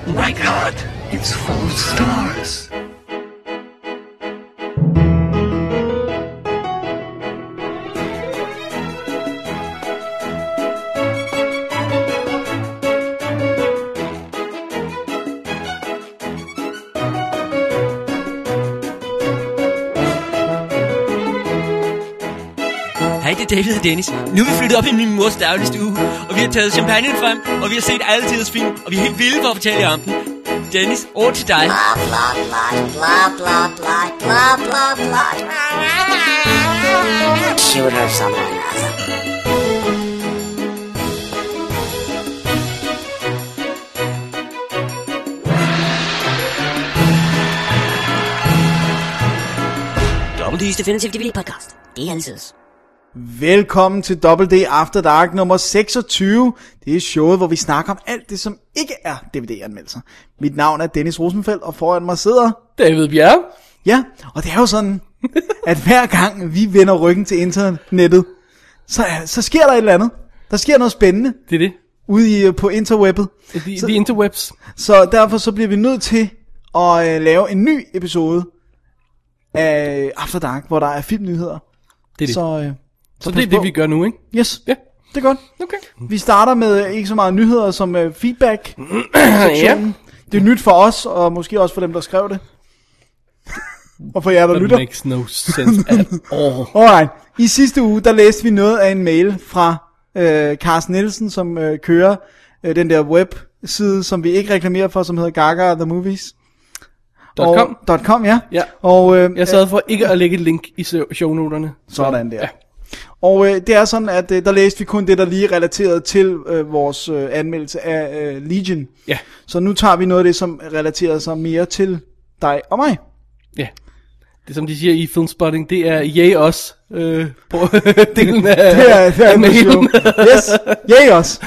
My God, it's full of stars. Hej, det er David og Dennis. Nu er vi flyttet op i min mors dagligstue, og vi har taget champagne frem, og vi har set alle tiders film, og vi er helt vilde for at fortælle jer om den. Dennis, over til dig. Blah, blah, blah, blah, blah, blah, blah, blah, blah. Shoot her someone else. Double D's Definitive DVD Podcast. Det er altid. Velkommen til Double D After Dark nummer 26. Det er showet, hvor vi snakker om alt det, som ikke er DVD-anmeldelser. Mit navn er Dennis Rosenfeldt, og foran mig sidder David Bjerre. Ja, og det er jo sådan, at hver gang vi vender ryggen til internettet, så sker der et eller andet. Der sker noget spændende. Det er det. Ude på interwebbet. The interwebs. Så derfor så bliver vi nødt til at lave en ny episode af After Dark, hvor der er filmnyheder. Det er det. Så det er det, vi gør nu, ikke? Yes, ja. Det er godt. Okay. Vi starter med ikke så meget nyheder som feedback. Ja. Det er nyt for os, og måske også for dem, der skrev det. Og for jer, der lytter. That makes no sense at all. Alright. I sidste uge, der læste vi noget af en mail fra Carsten Nielsen, som kører den der webside, som vi ikke reklamerer for, som hedder Gaga The Movies. .com, ja. Og, jeg sad for ikke at lægge et link i shownoterne. Sådan der. Ja. Og det er sådan, at der læste vi kun det, der lige er relateret til vores anmeldelse af Legion. Ja. Så nu tager vi noget af det, som relaterer sig mere til dig og mig. Ja. Det som de siger i Filmspotting, det er yay os på delen af det er mailen. Yes, yay os.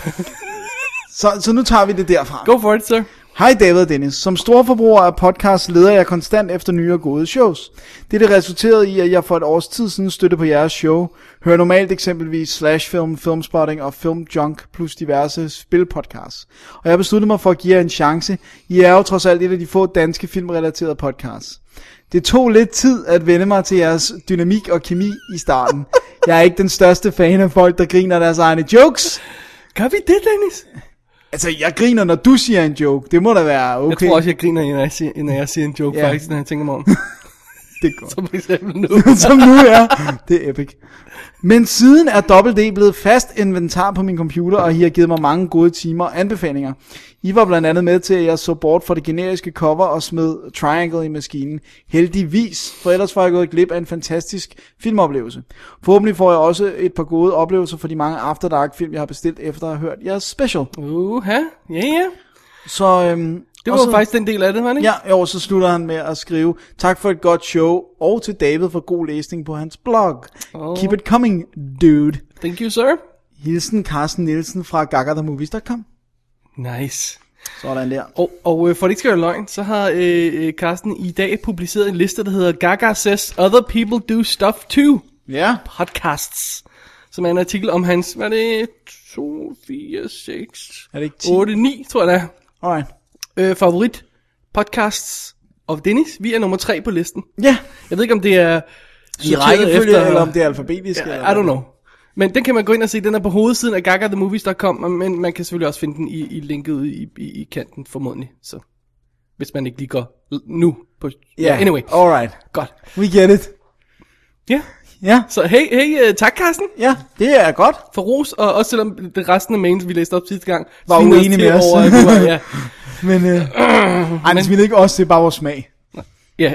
Så nu tager vi det derfra. Go for it, sir. Hej David og Dennis. Som storforbruger af podcast leder jeg konstant efter nye og gode shows. Dette resulterede i, at jeg for et års tid siden støtte på jeres show. Hører normalt eksempelvis Slashfilm, Filmspotting og Filmjunk plus diverse spilpodcasts. Og jeg besluttede mig for at give jer en chance. I er jo trods alt et af de få danske filmrelaterede podcasts. Det tog lidt tid at vende mig til jeres dynamik og kemi i starten. Jeg er ikke den største fan af folk, der griner deres egne jokes. Gør vi det, Dennis? Altså, jeg griner, når du siger en joke. Det må da være okay. Jeg tror også, jeg griner, når jeg siger en joke, faktisk, når jeg tænker mig om. Det er godt. Som for eksempel nu. Som nu, ja. Det er epic. Men siden er Double D blevet fast inventar på min computer, og I har givet mig mange gode timer og anbefalinger. I var blandt andet med til, at jeg så bort fra det generiske cover og smed Triangle i maskinen. Heldigvis, for ellers var jeg gået glip af en fantastisk filmoplevelse. Forhåbentlig får jeg også et par gode oplevelser for de mange After Dark film, jeg har bestilt efter at have hørt jeres special. Ja. Så, det var faktisk den del af det, var det ikke? Ja, jo, så slutter han med at skrive, tak for et godt show, og til David for god læsning på hans blog. Keep it coming, dude. Thank you, sir. Hilsen Carsten Nielsen fra gagathemovies.com. Nice. Sådan der. Og for det ikke skal være løgn, så har Carsten i dag publiceret en liste, der hedder Gaga Says Other People Do Stuff Too. Ja. Podcasts. Som er en artikel om hans, hvad er det, 2, 4, 6, er det ikke 10? 8, 9, tror jeg det er. Alright. Favorit podcasts of Dennis. Vi er nummer 3 på listen. Ja. Jeg ved ikke, om det er i rækkefølge, eller om det er alfabetisk. I don't know. Men den kan man gå ind og se. Den er på hovedsiden af gagathemovies.com, men man kan selvfølgelig også finde den i linket ude i kanten, formodentlig. Så hvis man ikke lige går nu på... Yeah. Anyway. Alright. Godt. We get it. Ja. Ja. Så hey, tak Carsten. Ja, det er godt. For ros, og også selvom det resten af mails, vi læste op sidste gang, var uenige med os. Ja. Men, det smider ikke os, det er bare vores smag. Ja.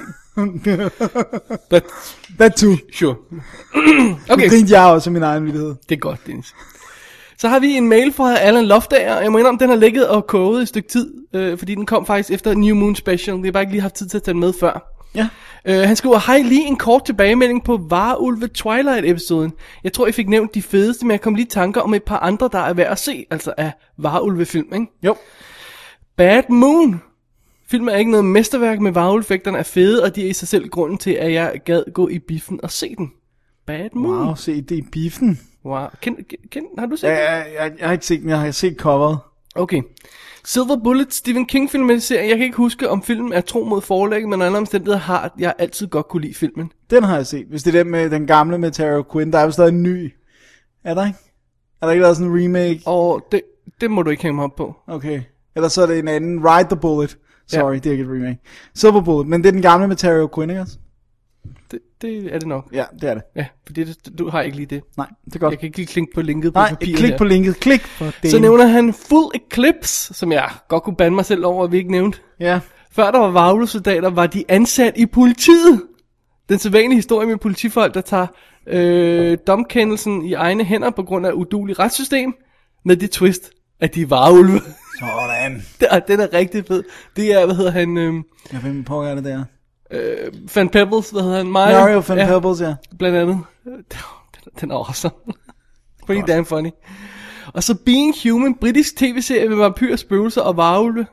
That too. Sure. Okay. Nu grinte jeg også af min egen vittighed. Det er godt, Dennis. Så har vi en mail fra Allan Loftager, og jeg må indrømme, den har ligget og koget et stykke tid, fordi den kom faktisk efter New Moon Special. Det har bare ikke lige haft tid til at tage den med før. Ja. Han skriver, hej, lige en kort tilbagemelding på Varulve Twilight-episoden. Jeg tror, jeg fik nævnt de fedeste, men jeg kom lige i tanker om et par andre, der er værd at se, altså af Varulve-film, ikke? Jo. Bad Moon. Filmen er ikke noget mesterværk, med varulveffekterne er fede, og de er i sig selv grunden til, at jeg gad gå i biffen og se den. Bad Moon. Wow, se det i biffen. Wow. Har du set den? Jeg har ikke set den, jeg har set coveret. Okay. Silver Bullet, Stephen King filmatisering. Jeg kan ikke huske, om filmen er tro mod forlæg, men under omstændigheder har jeg altid godt kunne lide filmen. Den har jeg set. Hvis det er den med den gamle med Tara Quinn, der er jo stadig en ny. Er der ikke? Er der ikke lavet sådan en remake? Og det må du ikke hænge mig op på. Okay. Eller så er det en anden. Ride the Bullet. Sorry, Ja. det er ikke et remake. Silver Bullet, men det er den gamle med Tara Quinn, ikke også? Det er det nok. Ja, det er det. Ja, fordi du har ikke lige det. Nej, det er godt. Jeg kan ikke lige klinke på linket på Nej, papiret klik her. på linket. Klik for det. Så nævner han Full Eclipse, som jeg godt kunne bande mig selv over, at vi ikke nævnte. Ja. Før der var varulvsoldater, var de ansat i politiet. Den sædvanlige historie med politifolk, der tager domkendelsen i egne hænder på grund af uduelig retssystem, med det twist, at de er varulve. Sådan. Den er rigtig fed. Det er, hvad hedder han? Jeg ved, hvad pokker er det der. Van Peebles, hvad hedder han? Mario Van Peebles, ja. Blandt andet. Den er awesome. Pretty damn funny. Og så Being Human, britisk tv-serie med vampyrer, spøgelser og varulve.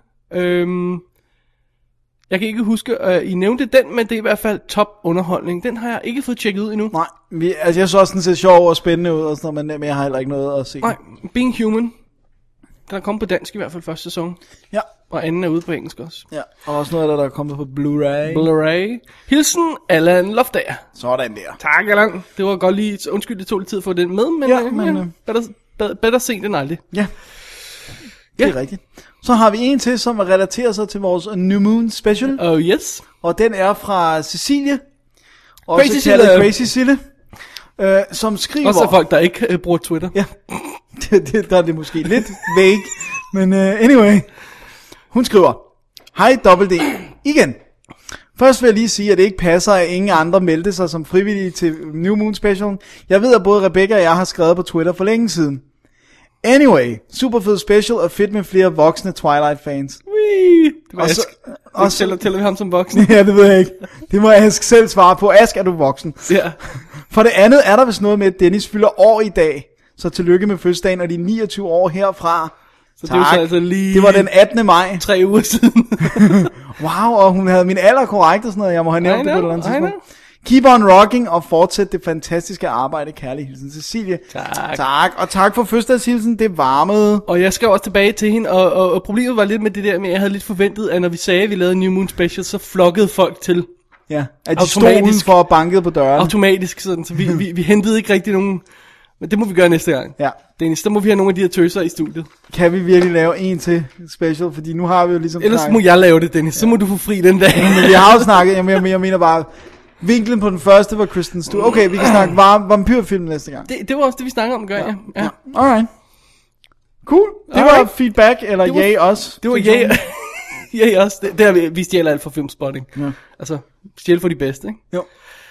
Jeg kan ikke huske, I nævnte den, men det er i hvert fald top underholdning. Den har jeg ikke fået tjekket ud endnu. Nej, altså jeg så også den ser sjov og spændende ud og sådan noget, men jeg har heller ikke noget at se. Nej, Being Human. Den er kommet på dansk i hvert fald første sæson. Ja. Og anden er ude på engelsk også. Ja, og også noget af det, der er kommet på Blu-ray. Blu-ray. Hilsen, Allan Loftager. Sådan der. Tak, Allan. Det var godt lige. Undskyld, det tog lidt tid at få den med, men, Ja, men, bedre sent end aldrig. Ja, det er rigtigt. Så har vi en til, som relaterer sig til vores New Moon special. Oh yes. Og den er fra Cecilie. Crazy Også kaldet Sille. Crazy Sille. Som skriver... Også folk, der ikke bruger Twitter. Ja, der er det måske lidt vague. Men anyway. Hun skriver: Hej WD. Igen. Først vil jeg lige sige, at det ikke passer, at ingen andre meldte sig som frivillige til New Moon Special. Jeg ved, at både Rebecca og jeg har skrevet på Twitter for længe siden. Anyway, super fed special og fedt med flere voksne Twilight-fans. Det var Og Ask. så- Tæller vi ham som voksen? Ja, det ved jeg ikke. Det må Ask selv svare på. Ask, er du voksen? Ja. For det andet er der vist noget med, at Dennis fylder år i dag. Så tillykke med fødselsdagen og de 29 år herfra. Så det var så altså lige... Det var den 18. maj. 3 uger siden. Wow, og hun havde min alder korrekt og sådan noget. Jeg må have nævnt det på et eller andet I tidspunkt. know. Keep on rocking og fortsæt det fantastiske arbejde. Kærlig hilsen, Cecilie. Tak. Og tak for fødselsdagshilsen. Det varmede. Og jeg skrev også tilbage til hende, og problemet var lidt med det der med, at jeg havde lidt forventet, at når vi sagde, at vi lavede New Moon Special, så flokkede folk til Ja, at de stod Automatisk. udenfor og bankede på døren. automatisk, sådan, så vi hentede ikke rigtig nogen... Men det må vi gøre næste gang. Ja. Dennis, der må vi have nogle af de her tøser i studiet. Kan vi virkelig lave en til special? Fordi nu har vi jo ligesom Ellers snakket. må jeg lave det, Dennis. Så må du få fri den dag. Men vi har jo snakket, jeg mener bare, vinklen på den første var Kristen Stewart. Okay, vi kan snakke vampyrfilm næste gang. Det var også det, vi snakkede om, gør jeg. Ja. Alright. Cool. Det var Alright. feedback, eller Det var- yay os. Det var ja også. Det har vi stjæler alt for filmspotting. Ja. Altså, stjæl for de bedste, ikke? Jo.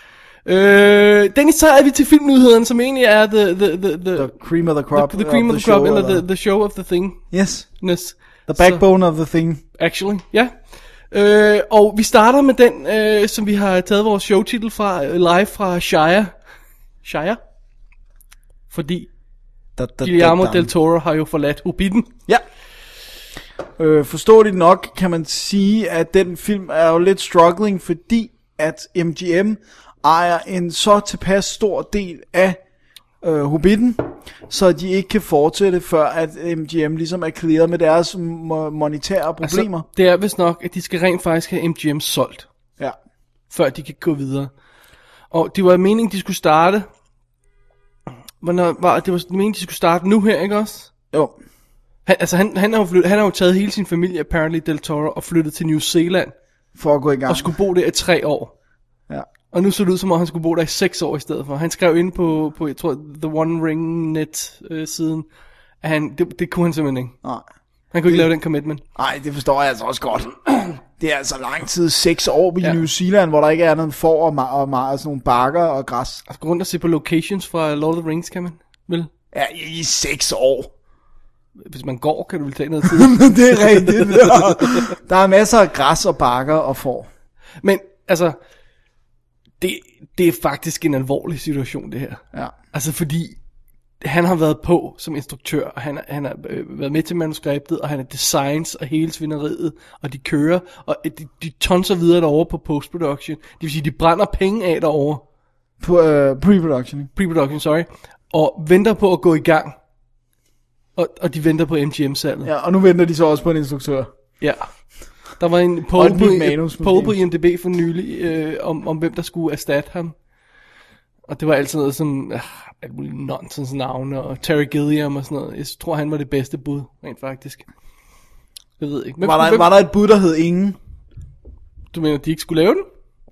Dennis, så er vi til filmnyheden, som egentlig er the cream of the crop. the cream of the crop, eller the show of the thing. Yes. Ness. The backbone of the thing. Actually, ja. Og vi starter med den, som vi har taget vores showtitel fra, live fra Shire. Fordi Guillermo del Toro har jo forladt Hobbiten. Ja. Forståeligt nok kan man sige, at den film er jo lidt struggling, fordi at MGM ejer en så tilpas stor del af Hobbiten, så de ikke kan fortsætte, før at MGM ligesom er clearet med deres monetære problemer. Altså, det er vist nok, at de skal rent faktisk have MGM solgt, Ja. før de kan gå videre. Og det var meningen, de skulle starte... Det var meningen, de skulle starte nu her, ikke også? Jo. Han har jo taget hele sin familie, apparently Del Toro, og flyttet til New Zealand, For at gå i gang. og skulle bo der i 3 år. Ja. Og nu så det ud som om, han skulle bo der i 6 år i stedet for. Han skrev ind på jeg tror, The One Ring Net siden, at det kunne han simpelthen ikke. Nej. Han kunne ikke lave den commitment. Nej, det forstår jeg altså også godt. Det er altså lang tid, 6 år i Ja. New Zealand, hvor der ikke er noget får og sådan nogle bakker og græs. Altså gå rundt og se på locations fra Lord of the Rings, kan man vel? Ja, i 6 år. Hvis man går, kan du vel tage noget tid. Det er rigtigt. Der er masser af græs og bakker og får. Men altså, det er faktisk en alvorlig situation, det her. Ja. Altså fordi, han har været på som instruktør, og han har været med til manuskriptet, og han er designs og hele svineriet, og de kører, og de tonser videre derovre på post-production. Det vil sige, de brænder penge af derovre. På pre-production. Pre-production, sorry. Og venter på at gå i gang. Og de venter på MGM-salget. Ja, og nu venter de så også på en instruktør. Ja. Der var en poll på IMDb for nylig, om hvem der skulle erstatte ham. Og det var altid noget som alt muligt nonsens navne, og Terry Gilliam og sådan noget. Jeg tror, han var det bedste bud, rent faktisk. Jeg ved ikke. Var der et bud, der hed ingen? Du mener, de ikke skulle lave den?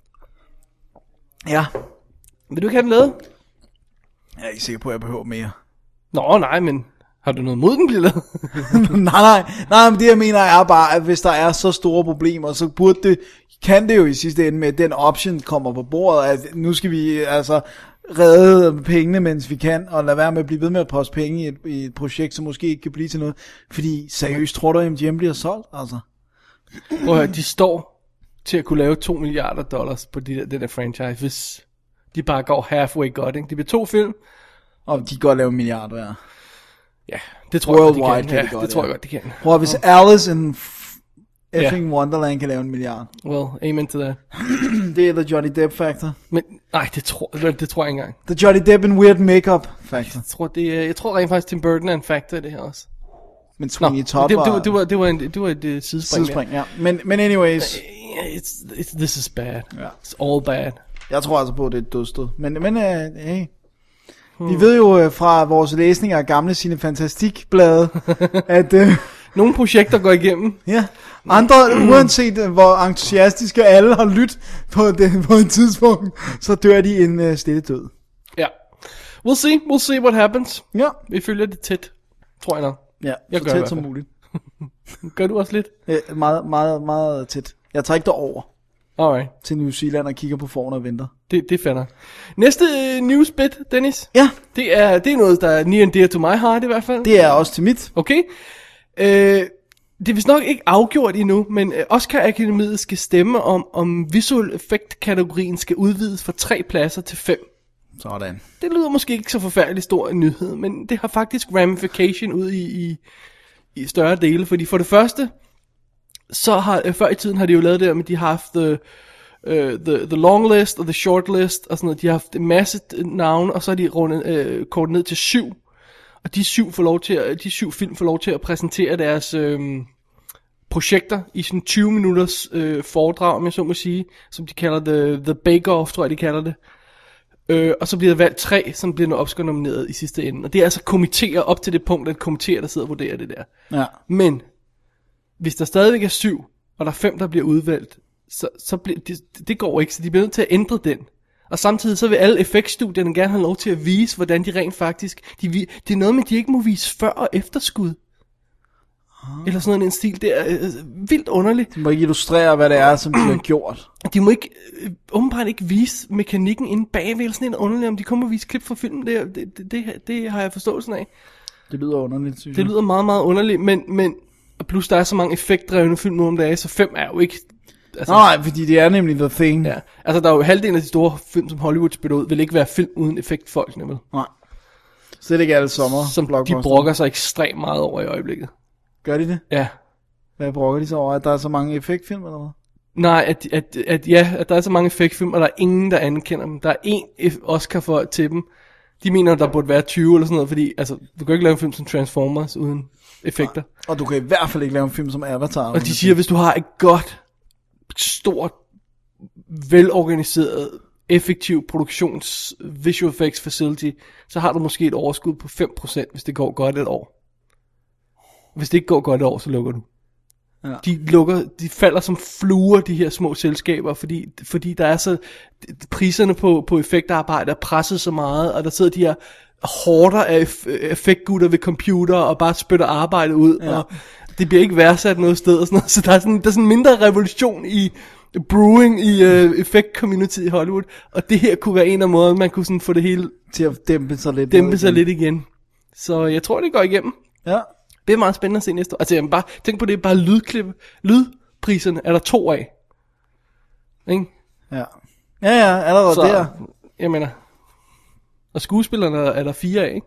Ja. Vil du ikke have den lavet? Jeg er ikke sikker på, at jeg behøver mere. Nå, nej, men har du noget mod den bliver lavet? nej, men det jeg mener er bare, at hvis der er så store problemer, så kan det jo i sidste ende med, at den option kommer på bordet, at nu skal vi altså redde pengene, mens vi kan, og lade være med at blive ved med at poste penge i et projekt, som måske ikke kan blive til noget. Fordi seriøst, tror du, at MGM bliver solgt? Altså. Prøv at høre, de står til at kunne lave $2 milliarder på den der franchise, hvis de bare går halfway godt, ikke? Det bliver 2 film. Og de kan godt lave $1 milliard hver. Ja, det tror jeg godt, de kan. Ja, det tror jeg godt, de kan. Prøv at hvis Alice in effing Wonderland kan lave $1 milliard. Well, amen to that. Det er the Johnny Depp factor. Men nej, det tror jeg ikke engang. The Johnny Depp and weird makeup factor. Jeg tror rent faktisk Tim Burton er en factor i det her også. Men Sweeney Todd var... Det var et sidespring. Ja. Men anyways. This is bad. Ja. It's all bad. Jeg tror altså på, at det er et dødsstød. Men hey. Vi ved jo fra vores læsning af gamle Cine Fantastik-blade, at... Nogle projekter går igennem. Ja. Andre, uanset hvor entusiastiske alle har lyttet på et tidspunkt, så dør de en stille død. Ja. We'll see what happens. Ja. Vi følger det tæt, tror jeg nok. Ja, jeg så gør tæt som muligt. Gør du også lidt? Meget, meget, meget tæt. Jeg tager ikke derover. Alright. Til New Zealand og kigger på forne og venter. Det fatter. Næste newsbit, Dennis. Ja. Det er noget, der er near and dear to my heart i hvert fald. Det er også til mit. Okay. Det er vist nok ikke afgjort endnu, men Oscar Akademiet skal stemme om visual effect kategorien skal udvides fra 3 pladser til 5. Sådan. Det lyder måske ikke så forfærdelig stor en nyhed, men det har faktisk ramification ud i større dele, fordi for det første, så har før i tiden har de jo lavet det, men de har haft the long list og the short list og sådan noget. De har haft en masse navne, og så har de kortet ned til 7. Og de 7 film får lov til at præsentere deres projekter i sådan 20 minutters foredrag, om jeg så må sige, som de kalder the bake-off, tror jeg de kalder det. Og så bliver der valgt 3, som bliver Oscar-nomineret i sidste ende. Og det er altså komitéer op til det punkt, at komitéer, der sidder og vurderer det der. Ja. Men hvis der stadigvæk er 7, og der er 5, der bliver udvalgt, så bliver det går ikke, så de bliver nødt til at ændre den. Og samtidig så vil alle effektstudierne gerne have lov til at vise, hvordan de rent faktisk... Det er noget med, de ikke må vise før- og efterskud. Eller sådan en stil. Det er vildt underligt. De må ikke illustrere, hvad det er, som de har gjort. De må ikke, åbenbart ikke vise mekanikken inde bagved, eller sådan en underligt, om de kommer og vise klip fra filmen. Det har jeg forståelsen af. Det lyder underligt, synes jeg. Det lyder meget, meget underligt, men plus der er så mange effektdrevne film nu om dagen, så 5 er jo ikke... Altså, nej, fordi det er nemlig the thing. Ja, altså der er jo halvdelen af de store film, som Hollywood spiller ud, vil ikke være film uden effektfolk, vel? Nej. Så det ikke alle sommer. Som de brokker sig ekstremt meget over i øjeblikket. Gør de det? Ja. Hvad brokker de så over? At der er så mange effektfilm, eller hvad? Nej, at der er så mange effektfilm, og der er ingen, der anerkender dem. Der er én Oscar for til dem. De mener, der burde være 20 eller sådan noget, fordi altså, du kan ikke lave en film som Transformers uden effekter. Nej. Og du kan i hvert fald ikke lave en film som Avatar. Og de siger, hvis du har et godt, stort, velorganiseret, effektiv produktions visual effects facility, så har du måske et overskud på 5%, hvis det går godt et år. Hvis det ikke går godt et år, så lukker du. Ja. De falder som fluer, de her små selskaber, fordi der er så priserne på effektarbejde er presset så meget, og der sidder de her horder af effektgutter ved computer og bare spytter arbejde ud, og det bliver ikke værdsat noget sted og sådan noget. Så der er sådan en mindre revolution i brewing i effekt community i Hollywood, og det her kunne være en af måderne, man kunne sådan få det hele til at dæmpe sig lidt igen. Så jeg tror, det går igennem. Ja. Det er meget spændende at se næste år. Altså, jeg bare tænk på det, bare lydpriserne er der 2 af. Ikke? Ja. Ja, allerede så, der. Jeg mener, og skuespillerne er der 4 af, ikke?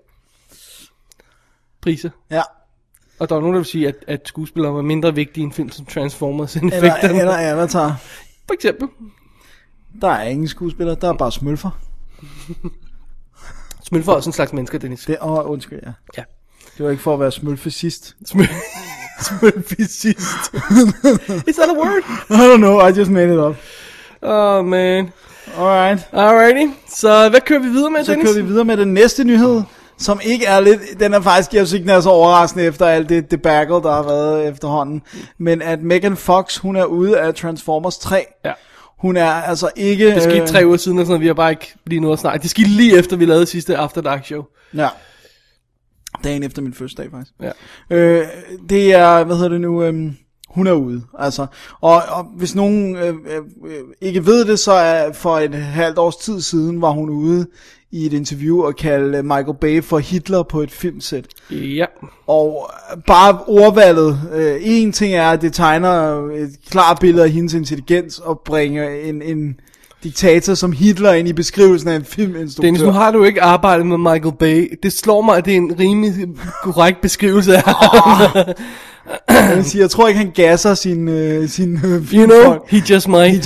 Priser. Ja. Og der er nogen, der vil sige, at skuespillere var mindre vigtige end film som Transformers end effekterne. Eller Avatar. For eksempel. Der er ingen skuespillere, der er bare smølfer. Smølfer er også en slags mennesker, Dennis. Det undskyld, ja. Ja. Det var ikke for at være smølfascist. Smølfascist. Is that a word? I don't know, I just made it up. Oh, man. Alrighty. Så hvad kører vi videre med, Så Dennis? kører vi videre med den næste nyhed, som ikke er lidt, den er faktisk, jeg synes ikke, den er så overraskende efter alt det debacle, der har været efterhånden. Men at Megan Fox, hun er ude af Transformers 3. Ja. Hun er altså ikke... Det skete 3 uger siden, og sådan, vi har bare ikke lige noget at snakke. Det skete lige efter, vi lavede sidste After Dark show. Ja. Dagen efter min fødselsdag, faktisk. Ja. Det er, hvad hedder det nu... hun er ude, altså. Og hvis nogen ikke ved det, så er for et halvt års tid siden, var hun ude i et interview og kaldte Michael Bay for Hitler på et filmsæt. Ja. Og bare ordvalget, en ting er, at det tegner et klart billede af hendes intelligens og bringer en diktator som Hitler ind i beskrivelsen af en filminstruktør. Dennis, nu har du ikke arbejdet med Michael Bay. Det slår mig, at det er en rimelig korrekt beskrivelse af Jeg tror ikke, han gasser sin you know, he just might.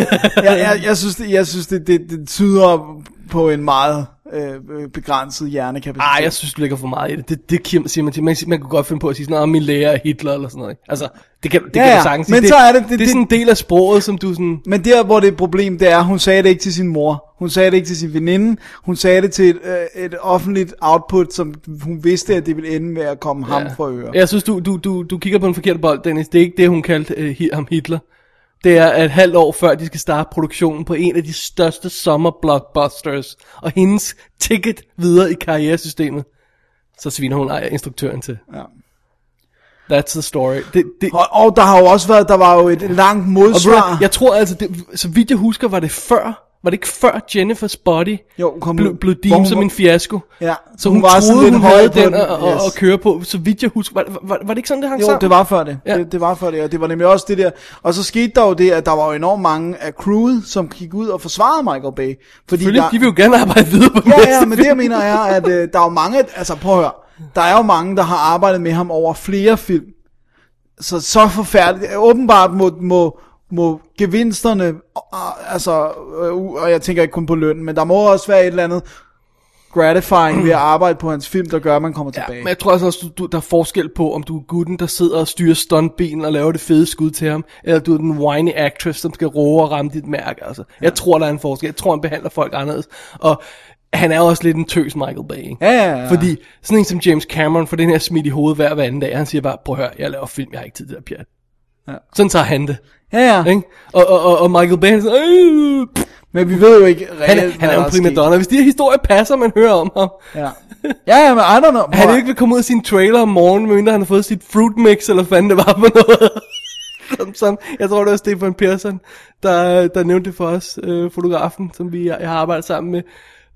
Jeg synes det tyder på en meget begrænset hjernekapacitet. Jeg synes, du lægger for meget i det. Det siger man til. Man kunne godt finde på at sige sådan noget, min lærer er Hitler eller sådan noget. Altså, det kan du sagtens sige. Men så er det er sådan en del af sproget, som du sådan... Men der, hvor det er et problem, det er, hun sagde det ikke til sin mor. Hun sagde det ikke til sin veninde. Hun sagde det til et offentligt output, som hun vidste, at det ville ende med at komme ham for øre. Jeg synes, du kigger på en forkert bold, Dennis. Det er ikke det, hun kaldte ham Hitler. Det er et halvt år før, de skal starte produktionen på en af de største sommerblockbusters. Og hendes ticket videre i karrieresystemet, så sviner hun instruktøren til. Ja. That's the story. Og der har jo også været, der var jo et langt modsvar. Jeg tror altså, så vidt jeg husker, var det ikke før Jennifer's Body blev deemed som en fiasko? Ja. Så hun troede, hun havde den at køre på. Så vidt jeg husker, var det ikke sådan, det hang sammen? Jo, det var før det. Ja. Det var før det, og det var nemlig også det der. Og så skete der jo det, at der var jo enormt mange af crewet, som gik ud og forsvarede Michael Bay. Fordi de vil jo gerne arbejde videre på Ja, men det jeg mener er, at der er jo mange, altså prøv at høre, der er jo mange, der har arbejdet med ham over flere film. Så forfærdeligt. Åbenbart må gevinsterne, altså, og jeg tænker ikke kun på lønnen, men der må også være et eller andet gratifying ved at arbejde på hans film, der gør, at man kommer tilbage. Men jeg tror altså også, der er forskel på, om du er gutten, der sidder og styrer stuntbilen og laver det fede skud til ham, eller du er den whiny actress, som skal roe og ramme dit mærke. Altså. Jeg tror, der er en forskel. Jeg tror, han behandler folk anderledes. Og han er også lidt en tøs, Michael Bay. Ikke? Ja. Fordi sådan en som James Cameron, for den her smidt i hovedet hver anden dag, han siger bare, prøv at høre, jeg laver film, jeg har ikke tid til det pjat. Ja. Sådan tager han det. Ja. Ikke? Og Michael Bay, sådan, men vi ved jo ikke reelt, han er en primadonna. Hvis de her historier passer, man hører om ham. Ja, men I don't know. Han ikke vil komme ud af sin trailer om morgenen, medmindre han har fået sit fruit mix, eller hvad fanden det var for noget. som, jeg tror, det var Stefan Persson, der nævnte det for os, fotografen, som jeg har arbejdet sammen med.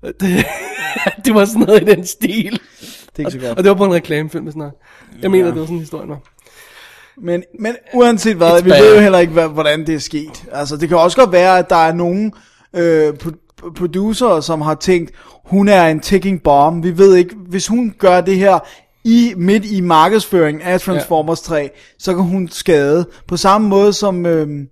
Det var sådan noget i den stil. Det er ikke så godt. Og det var på en reklamefilm og sådan noget. Jeg mener, det var sådan en historie var. Men uanset hvad, vi ved jo heller ikke, hvordan det er sket. Altså, det kan også godt være, at der er nogen producer, som har tænkt, hun er en ticking bomb. Vi ved ikke, hvis hun gør det her midt i markedsføringen af Transformers 3, så kan hun skade. På samme måde som...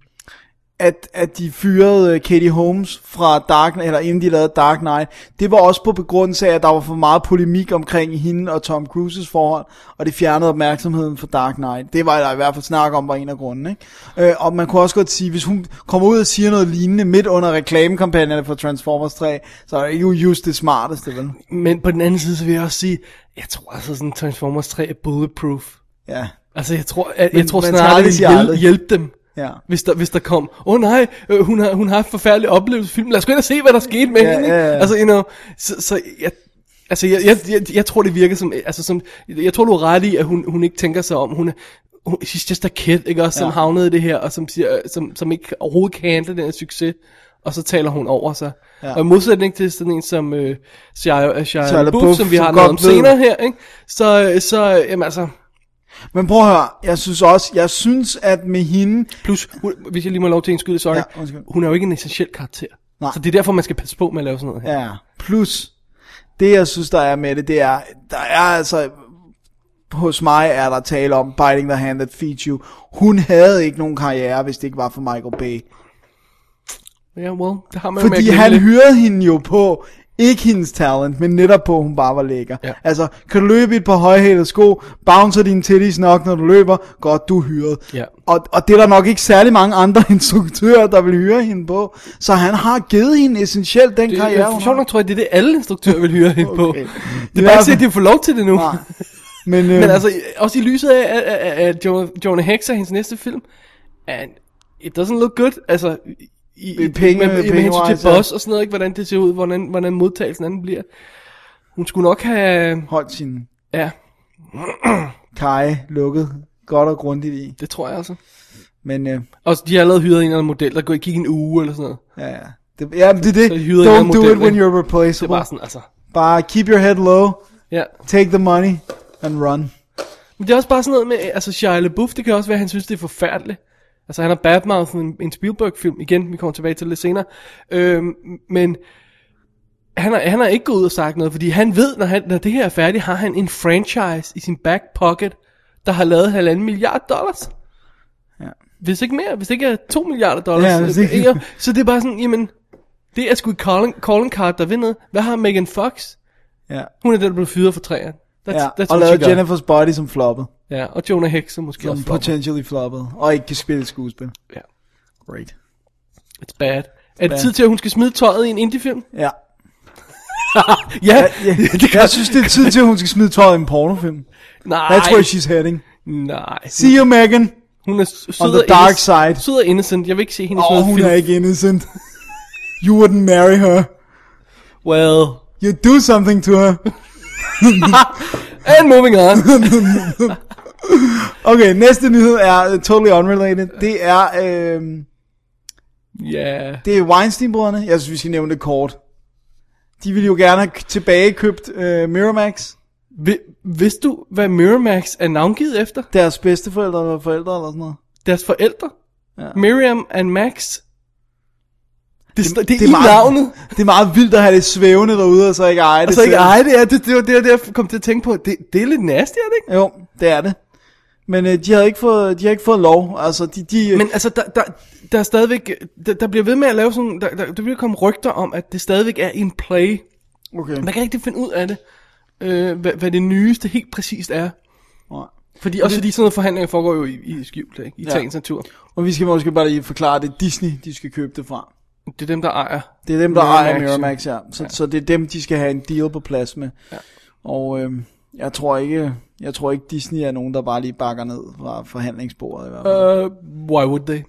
At de fyrede Katie Holmes fra Dark Knight, eller inden de lavede Dark Knight, det var også på begrundelse af, at der var for meget polemik omkring hende og Tom Cruises forhold, og det fjernede opmærksomheden for Dark Knight. Det var der i hvert fald snak om, var en af grunden, ikke? Og man kunne også godt sige, hvis hun kommer ud og siger noget lignende midt under reklamekampagnerne for Transformers 3, så er det jo just det smarteste, vel? Men på den anden side, så vil jeg også sige, jeg tror altså sådan, Transformers 3 er bulletproof. Ja. Altså, jeg tror snart, det vil hjælpe dem. Ja. Hvis der kom, nej, hun har haft forfærdelig oplevelse film. Lad os gå ind og se, hvad der skete med hende. Ja. Altså, you know, jeg tror, det virker som, jeg tror, du er ret i, at hun ikke tænker sig om. She's just a kid, ikke også, som havnede i det her, og som ikke overhovedet kan handle den her succes. Og så taler hun over sig. Ja. Og i modsætning til sådan en som Shia LaBeouf, som vi har noget om senere her, ikke? Så jamen altså... Men prøv at høre, jeg synes, at med hende... Plus, hvis jeg lige må lov til en skyde, sorry. Ja, hun er jo ikke en essentiel karakter. Nej. Så det er derfor, man skal passe på med at lave sådan noget her. Ja, plus, det jeg synes, der er med det er, der er altså... Hos mig er der tale om biting the hand that feeds you. Hun havde ikke nogen karriere, hvis det ikke var for Michael Bay. Ja, well, det har man fordi han hyrede hende jo på ikke hendes talent, men netop på, at hun bare var lækker. Ja. Altså, kan du løbe i et par højhælede sko, bouncer dine titties nok, når du løber, godt, du er hyret. Ja. Og det er der nok ikke særlig mange andre instruktører, der vil hyre hende på. Så han har givet hende essentielt den karriere. For sjovt nok tror jeg, det er det, alle instruktører vil hyre hende på. Okay. Det er bare ikke sige, at de får lov til det nu. Nej. Men Men altså, også i lyset af Jonah Hex og hendes næste film, and it doesn't look good. Altså, med hensyn til boss og sådan noget, ikke? Hvordan det ser ud, hvordan modtagelsen anden bliver. Hun skulle nok have... holdt sin kaj lukket godt og grundigt i. Det tror jeg altså. Men Og de har allerede hyret en eller anden model, der gik en uge eller sådan noget. ja, det er det. Don't do it when you're replaceable. Det er bare sådan, altså. Bare keep your head low. Ja. Take the money and run. Men det er også bare sådan noget med, altså Shia LaBeouf, det kan også være, at han synes, det er forfærdeligt. Altså han har badmouthed en Spielberg-film, igen, vi kommer tilbage til lidt senere. Men han har ikke gået ud og sagt noget, fordi han ved, når det her er færdigt, har han en franchise i sin back pocket, der har lavet $1,5 milliard. Ja. Hvis ikke mere, hvis det ikke er $2 milliarder. Ja, så det er bare sådan, jamen, det er sgu et calling card, der vinder. Hvad har Megan Fox? Ja. Hun er den, der blev fyret for 3'eren. Og lavede Jennifer's Body som floppet. Ja, og Jonah Hex som måske som også floppet. Potentially floppet. Og ikke kan spille skuespil. Ja. Great. It's bad. Er det tid til, at hun skal smide tøjet i en indiefilm? Ja. Ja. Jeg synes, det er tid til, at hun skal smide tøjet i en pornofilm. Nej. That's where she's heading. Nej. See you, Megan. Hun er On the dark side. Sød og innocent. Jeg vil ikke se hende smide film. Hun er ikke innocent. You wouldn't marry her. Well. You do something to her. And moving on. Okay, næste nyhed er totally unrelated. Det er det er Weinstein-brødrene. Jeg synes vi skal nævne det kort. De ville jo gerne have tilbagekøbt Miramax. Vidste du hvad Miramax er navngivet efter? Deres bedsteforældre eller forældre eller sådan noget. Deres forældre? Ja. Miriam and Max. Det er i meget, navnet. Det er meget vildt at have det svævende derude, og så ikke eje det. Og så ikke eje det, ja. Det var det, jeg kom til at tænke på. Det er lidt nasty, er det ikke? Jo, det er det. Men de har ikke fået lov. Altså, Men altså, der er stadigvæk... Der bliver ved med at lave sådan... Der bliver komme rygter om, at det stadigvæk er in play. Okay. Man kan ikke rigtig finde ud af det. Hvad det nyeste helt præcist er. Nej. Fordi sådan noget forhandlinger foregår jo i skjult, ikke? I sagens natur. Og vi skal måske bare lige forklare, at det er Disney, de skal købe det fra. Det er dem, der ejer. Det er dem, der ejer Miramax, ja. Så det er dem, de skal have en deal på plads med. Ja. Og jeg tror ikke Disney er nogen, der bare lige bakker ned fra forhandlingsbordet i hvert fald. Why would they?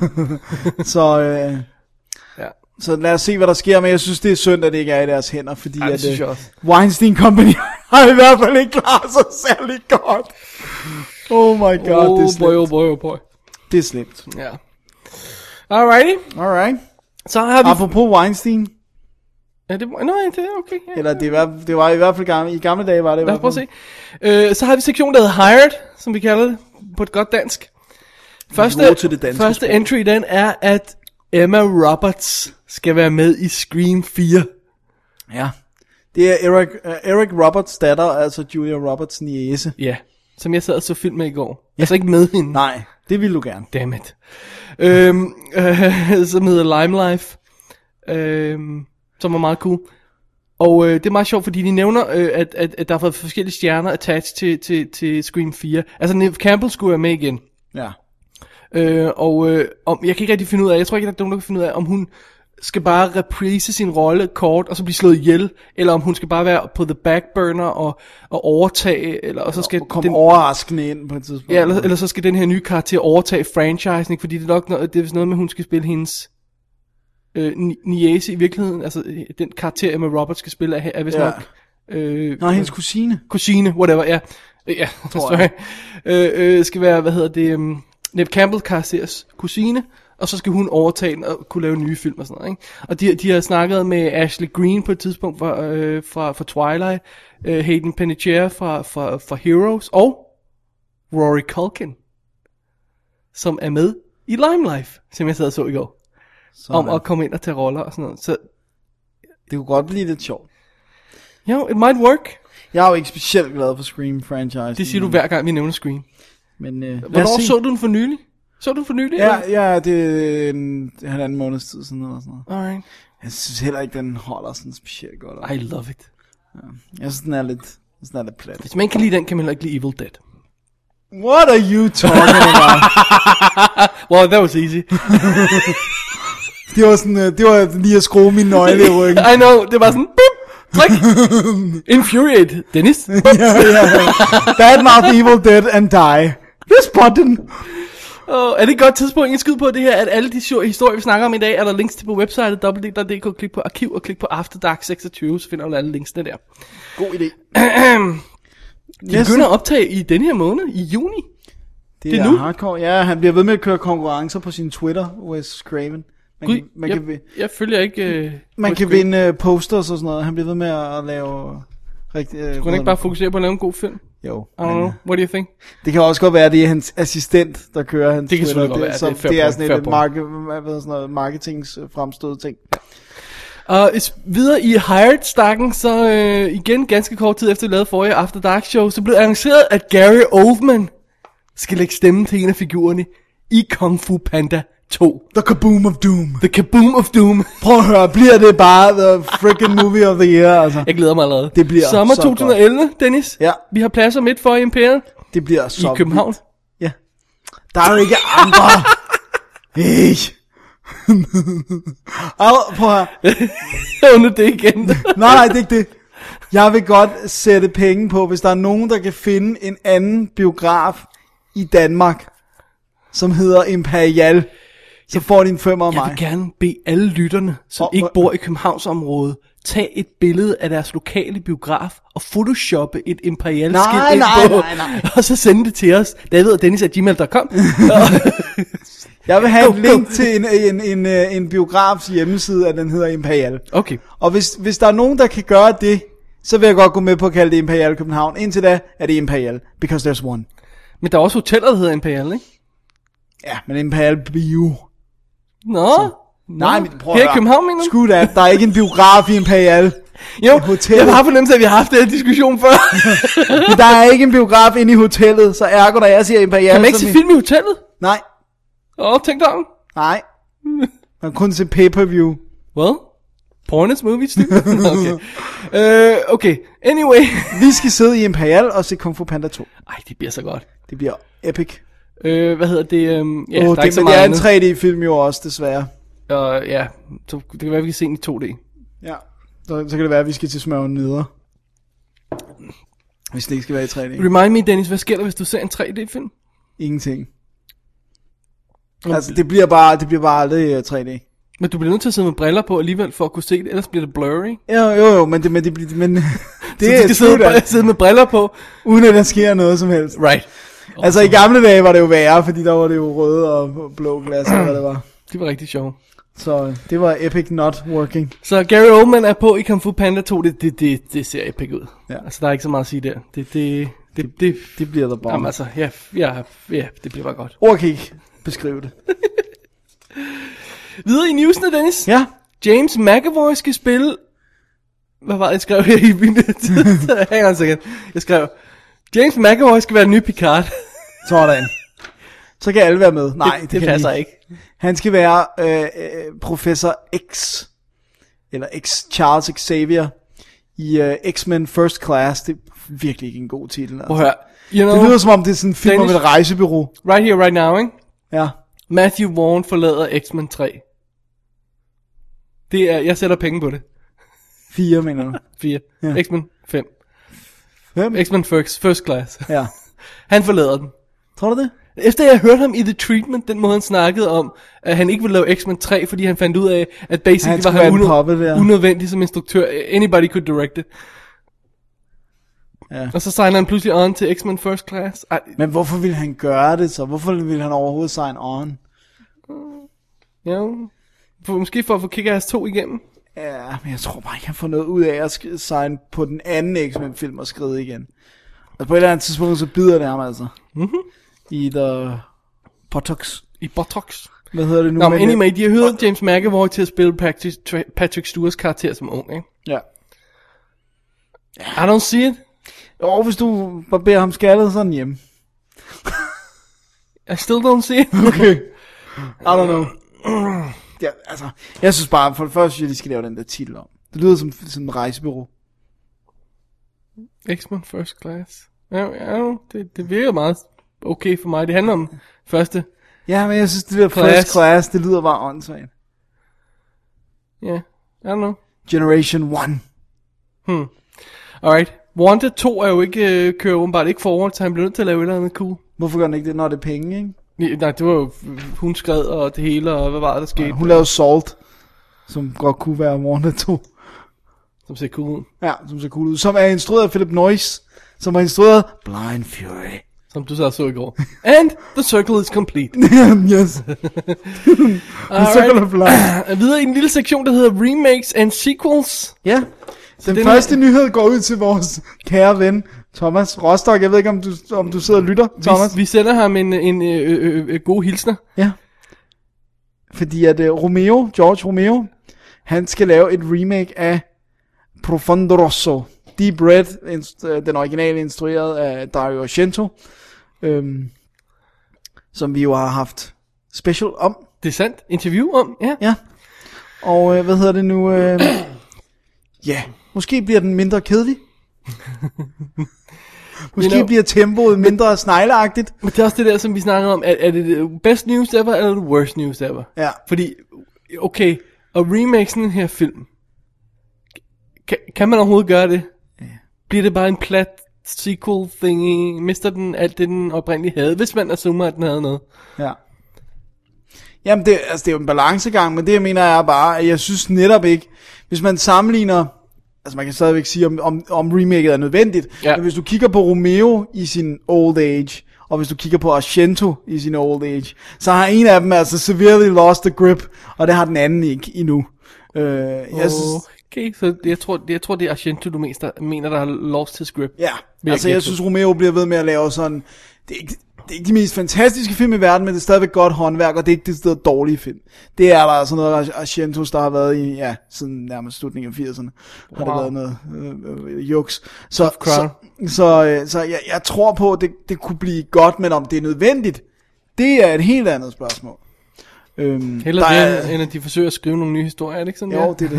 Så lad os se, hvad der sker, men jeg synes, det er synd, at det ikke er i deres hænder, fordi at Weinstein Company har i hvert fald ikke klaret sig særlig godt. Oh my god, det er slemt. Oh boy. Det er slemt. Ja. Alright. Så har vi... Apropos Weinstein. Ja, det er okay. Ja. Eller det var i hvert fald i gamle dage, var det i hvert fald. Lad os prøve at se. Så har vi sektionen, der hedder Hired, som vi kalder det på et godt dansk. Første entry i den er, at Emma Roberts skal være med i Scream 4. Ja. Det er Eric Roberts datter, altså Julia Roberts niece. Ja, som jeg sad og så film med i går. Altså ikke med hende. Nej, det ville du gerne. Damn it. Som hedder Limelife. Som var meget cool. Og det er meget sjovt, fordi de nævner, at der har fået forskellige stjerner attached til Scream 4. Altså Neve Campbell skulle være med igen. Ja. Jeg kan ikke rigtig finde ud af, jeg tror ikke, at der er nogen, der kan finde ud af, om hun skal bare reprise sin rolle kort, og så blive slået ihjel, eller om hun skal bare være på the back burner og overtage, eller og så skal komme overraskende ind på et tidspunkt. Ja, eller så skal den her nye karakter overtage franchisen, fordi det er nok det er noget med, hun skal spille hendes niece i virkeligheden, altså den karakter Emma Roberts skal spille er vist nok hendes kusine, whatever, ja, sorry. Skal være, Neve Campbell karakteres kusine, og så skal hun overtage den og kunne lave nye film og sådan noget, ikke? Og de har snakket med Ashley Greene på et tidspunkt fra Twilight, Hayden Panettiere fra Heroes, og Rory Culkin, som er med i Limelife, som jeg sad og så i går. Om at komme ind og tage roller og sådan noget. Så det kunne godt blive lidt sjovt. Jo, it might work. Jeg er jo ikke specielt glad for Scream-franchise. Det siger du hver gang, vi nævner Scream. Men, hvornår så du den for nylig? Ja, det er en halvanden måneds tid siden eller sådan noget. Alright. Jeg synes heller ikke, den holder sådan specielt godt op. I love it. Jeg synes, den er lidt plat. Hvis man kan lide den, kan man heller ikke lide Evil Dead. What are you talking about? Well, that was easy. Det var lige at skrue min nøgle i ryggen. I know, det var sådan, bip, trik. Infuriate, Dennis. Ja. Badmouth Evil Dead and die. This button. Er det et godt tidspunkt at skyde på det her, at alle de historier, vi snakker om i dag, er der links til på websitet www.dk. Klik på arkiv og klik på After Dark 26, så finder du alle linksene der. God idé. De begynder at optage i denne her måned, i juni. Det er nu hardcore. Ja, han bliver ved med at køre konkurrencer på sin Twitter, Wes Craven. Jeg følger ikke... Man kan vinde posters og sådan noget. Han bliver ved med at lave... Skulle han ikke bare fokusere på at lave en god film? Jo. I don't know. What do you think? Det kan også godt være, at det er hans assistent, der kører hans Twitter. Det kan Twitter. Det er sådan et marketingsfremstød ting. Og videre i Hired-stakken, så igen ganske kort tid efter vi lavede forrige After Dark show, så blev annonceret, at Gary Oldman skal lægge stemme til en af figurerne i Kung Fu Panda 2. The Kaboom of Doom. The Kaboom of Doom. Prøv at høre, bliver det bare the freaking movie of the year, altså. Jeg glæder mig allerede. Det bliver sommer så 2011, godt. Dennis. Ja. Vi har pladser midt for i Imperiet. Det bliver så i København. Vildt. Ja. Der er jo ikke andre. Hey. Prøv at høre. Nu det igen. Nej, det er ikke det. Jeg vil godt sætte penge på, hvis der er nogen, der kan finde en anden biograf i Danmark, som hedder Imperial, så får de en 5 af mig. Jeg vil gerne bede alle lytterne, som ikke bor i Københavnsområdet, tage et billede af deres lokale biograf og photoshoppe et Imperial-skilt ind på, og så sende det til os, david@dennis@gmail.com. Jeg vil have et link til en biografs hjemmeside, at den hedder Imperial. Okay. Og hvis der er nogen, der kan gøre det, så vil jeg godt gå med på at kalde det Imperial København. Indtil da er det Imperial, because there's one. Men der er også hoteller, der hedder Imperial, ikke? Ja, men Imperial Bio. Nå. Nej, men prøv at her i høre. København, mener du? Screw that, der er ikke en biograf i Imperial. Jo, hotellet. jeg har fornemmelse af, at vi har haft den diskussion før. Men der er ikke en biograf inde i hotellet, så ergo, når jeg siger Imperial... Kan man ikke se film i hotellet? Nej. Tænk dig om. Nej. Man kan kun se pay-per-view. Well, Pornets movies, okay. Okay, anyway. Vi skal sidde i Imperial og se Kung Fu Panda 2. Ej, det bliver så godt. Det bliver epic. Hvad hedder det? Ja, der er ikke så men meget det er en 3D-film jo også, desværre. Ja, så det kan være, vi kan se den i 2D. Ja, så kan det være, at vi skal til Smørgen Neder. Hvis det ikke skal være i 3D. Remind me, Dennis, hvad sker der, hvis du ser en 3D-film? Ingenting. Altså, det bliver bare aldrig 3D. Men du bliver nødt til at sidde med briller på alligevel, for at kunne se det, ellers bliver det blurry. Jo, men det så du skal sidde med briller på, uden at der sker noget som helst. Right. Altså, i gamle dage var det jo værre, fordi der var det jo røde og blå glas, eller hvad det var. Det var rigtig sjovt. Så det var epic not working. Så Gary Oldman er på i Kung Fu Panda 2, det ser epic ud. Ja. Altså, der er ikke så meget at sige der. Det bliver der bare. Jamen altså, ja, det bliver bare godt. Ord kan ikke beskrive det. Videre i newsene, Dennis. Ja. James McAvoy skal spille... Hvad var det, jeg skrev her i min... Hang on a second. Jeg skrev... James McAvoy skal være en ny Picard. Sådan. Så kan alle være med. Nej, det passer ikke. Han skal være Professor X. Eller Charles Xavier. I X-Men First Class. Det er virkelig ikke en god titel. Altså. Prøv at høre. Det lyder som om det er sådan en film om et rejsebureau. Right here, right now, ikke? Ja. Matthew Vaughn forlader X-Men 3. Det er, jeg sætter penge på det. 4, mener du? 4. Ja. X-Men 5. 5? X-Men First Class. Ja. Han forlader den. Tror du det? Efter jeg hørte ham i The Treatment, den måde han snakkede om, at han ikke ville lave X-Men 3, fordi han fandt ud af, at basically var han unødvendig som instruktør. Anybody could direct it. Ja. Og så signer han pludselig on til X-Men First Class. Men hvorfor ville han gøre det så? Hvorfor ville han overhovedet sign on? Ja, måske for at få Kick-Ass 2 igennem. Ja, men jeg tror bare ikke, han får noget ud af at sign på den anden X-Men film og skride igen. Altså på et eller andet tidspunkt, så bider det ham altså. I The Botox. I Botox. Hvad hedder det nu? Nå, men anyway, de har hørt James McAvoy til at spille Patrick Stewarts karakter som ung, ikke? Ja. I don't see it. Jo, hvis du barberer ham skaldet, så er han hjemme. I still don't see it. Okay. I don't know. jeg synes bare, for det første, at de skal lave den der titel om. Det lyder som en rejsebureau. X-Men First Class. Ja, det virker meget okay for mig. Det handler om første. Ja, men jeg synes, det der First Class, det lyder bare åndssvagt. Ja, I don't know. Generation 1. Alright. Wanted 2 er jo ikke, kører åbenbart ikke forward, så han bliver nødt til at lave et eller andet cool. Hvorfor gør den ikke det, når det er penge, ikke? Nej, det var jo, hun skred og det hele, og hvad var der skete? Hun lavede Salt, som godt kunne være Wanted 2. Som ser cool ud. Ja, som ser cool ud. Som er instrueret af Philip Noyce, som har instrueret Blind Fury. Som du så i går. And the circle is complete. Yes. The circle of life. Videre i en lille sektion, der hedder Remakes and Sequels. Ja. Den første nyhed går ud til vores kære ven, Thomas Rostock. Jeg ved ikke, om du sidder og lytter, Thomas. Vi sender ham en god hilsner. Ja. Fordi at George Romero, han skal lave et remake af Profondo Rosso. Deep Red, den originale instrueret af Dario Argento, som vi jo har haft special om. Det er sandt. Interview om, ja. Ja. Og hvad hedder det nu? Ja, måske bliver den mindre kedelig. Måske bliver tempoet mindre snegleagtigt. Men det er også det der, som vi snakkede om. Er det the best news ever, eller the worst news ever? Ja. Fordi, okay, at remake sådan en her film, kan man overhovedet gøre det? Ja. Bliver det bare en plat sequel thingy? Mister den alt det, den oprindeligt havde? Hvis man assumer, at den havde noget. Ja. Jamen, det er jo en balancegang, men det jeg mener er bare, at jeg synes netop ikke, hvis man sammenligner, altså man kan stadigvæk sige, om remaket er nødvendigt, men hvis du kigger på Romero i sin old age, og hvis du kigger på Argento i sin old age, så har en af dem altså severely lost the grip, og det har den anden ikke endnu. Jeg synes, okay, så jeg tror det er Argento, du mener, der har lost his grip. Ja, altså jeg synes Romero bliver ved med at lave sådan, det er ikke de mest fantastiske film i verden, men det er stadigvæk godt håndværk, og det er ikke det sted dårlige film. Det er der sådan noget Argentos, der har været i, ja, siden nærmest slutningen af 80'erne, har det været noget juks. Så jeg tror på, at det kunne blive godt, men om det er nødvendigt, det er et helt andet spørgsmål. Hellere end at de forsøger at skrive nogle nye historier, er det ikke sådan? Jo, det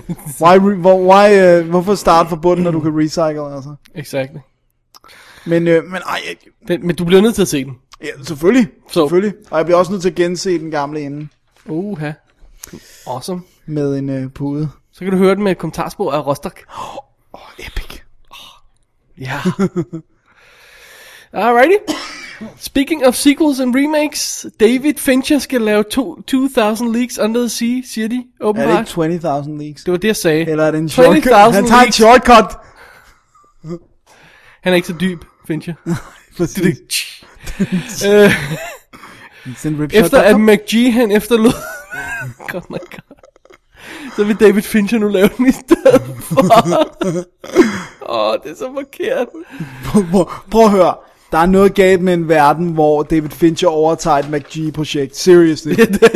er det. Hvorfor starte fra bunden, når du kan recycle, altså? Exactly. Men du bliver nødt til at se den. Ja, selvfølgelig. Og jeg bliver også nødt til at gense den gamle inden. Awesome. Med en pude. Så kan du høre den med et kommentarspor af Rostock. Epic. Ja. Alrighty. Speaking of sequels and remakes, David Fincher skal lave 2000 Leagues Under the Sea, siger de åbenbart. Er det ikke 20.000 Leagues? Det var det, jeg sagde. Eller er det en shortcut? Han tager en shortcut. Han er ikke så dyb, Fincher. Efter at McG han efterlod oh my god, så vil David Fincher nu lave den i stedet for. Det er så forkert. Prøv at høre. Der er noget galt med en verden, hvor David Fincher overtager et McG-projekt. Seriously.